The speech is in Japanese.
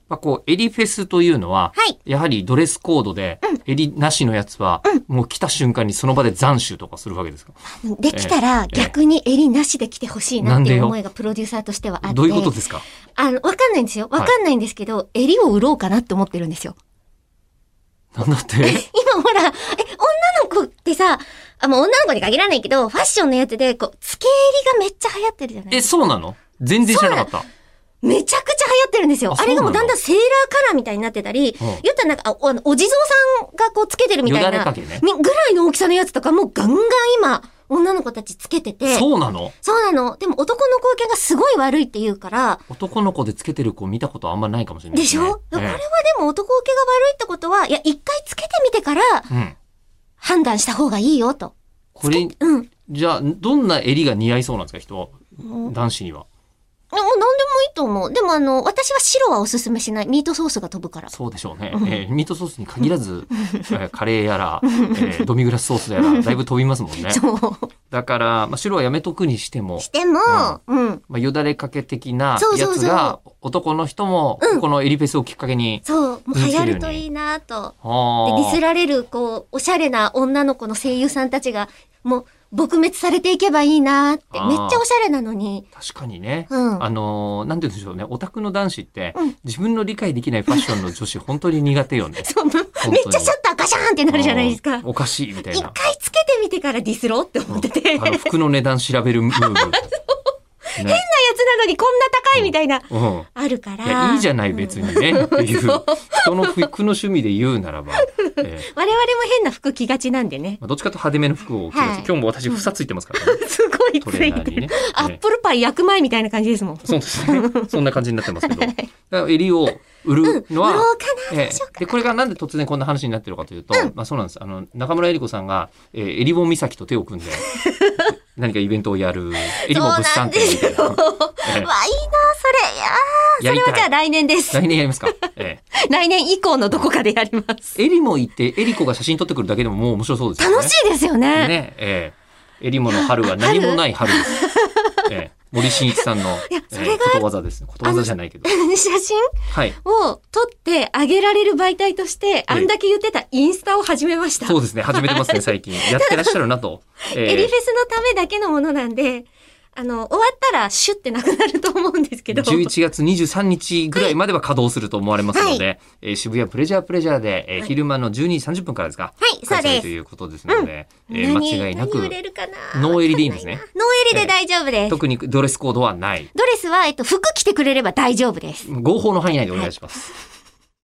こう、襟フェスというのは、 はい。 やはりドレスコードで、襟なしのやつは、もう来た瞬間にその場で斬首とかするわけですか？ できたら逆に襟なしで来てほしいなっていう思いがプロデューサーとしてはあって。 どういうことですか？ わかんないんですよ。わかんないんですけど、襟を売ろうかなって思ってるんですよ。 なんだって今ほら、女の子ってさ、もう女の子に限らないけど、ファッションのやつで、こう、付け襟がめっちゃ流行ってるじゃないですか。 そうなの？全然知らなかった。 めちゃくちゃ流行ってるんですよ。あれがもうだんだんセーラーカラーみたいになってたり、言ったらなんか、お地蔵さんがこうつけてるみたいな、 よだれかけね。 ぐらいの大きさのやつとかもうガンガン今、女の子たちつけてて。 そうなの？ そうなの。でも男の子受けがすごい悪いって言うから。 男の子でつけてる子見たことあんまないかもしれないですね。 でしょ？これはでも男受けが悪いってことは、いや、一回つけてみてから、判断した方がいいよと。 これ、じゃあ、どんな襟が似合いそうなんですか、人は。男子には。 もう何でもいいと思う。でも私は白はおすすめしない。ミートソースが飛ぶから。 そうでしょうね。ミートソースに限らず、カレーやら、ドミグラスソースやら、だいぶ飛びますもんね。 そう。 だから、白はやめとくにしても。 よだれかけ的なやつが、男の人も、このエリフェスをきっかけに。 そう。もう流行るといいなと。で、ディスられる、こう、おしゃれな女の子の声優さんたちが、もう、撲滅されていけばいいなって。めっちゃおしゃれなのに。 確かにね。なんて言うんでしょうね。オタクの男子って、自分の理解できないファッションの女子、本当に苦手よね。 そう、めっちゃシャッターガシャーンってなるじゃないですか。 おかしいみたいな。 一回つけてみてからディスろうって思ってて。 服の値段調べるムーブ。 変なやつなのにこんな高いみたいな、あるから。 いや、いいじゃない別にね。っていう。人の服の趣味で言うならば。 我々も変な服着がちなんでね。 どっちかと派手めの服を着がち。今日も私、房ついてますからね。 すごいついてる。アップルパイ焼く前みたいな感じですもん。 そうですね。そんな感じになってますけど。襟を売るのは、で、これがなんで突然こんな話になってるかというと、そうなんです。中村江里子さんが、襟本岬と手を組んで、何かイベントをやる、襟本物産展みたいな。 わ、いいな、それ。それはじゃあ来年です。 来年やりますか。 来年以降のどこかでやります。 襟も行って、襟子が写真撮ってくるだけでももう面白そうですよね。 楽しいですよね。 ね、襟もの春は何もない春です。森進一さんのことわざです。ことわざじゃないけど。 写真を撮ってあげられる媒体として、あんだけ言ってたインスタを始めました。 そうですね。始めてますね、最近。やってらっしゃるなと。 エリフェスのためだけのものなんで、終わったらシュッてなくなると思うんですけど。 11月23日ぐらいまでは稼働すると思われますので、渋谷プレジャーで、昼間の12時30分からですか？ はい、そうです。 ということですので、間違いなく、 何売れるかな？ ノーエリでいいんですね。 ノーエリで大丈夫です。 特にドレスコードはない。 ドレスは、服着てくれれば大丈夫です。 合法の範囲内でお願いします。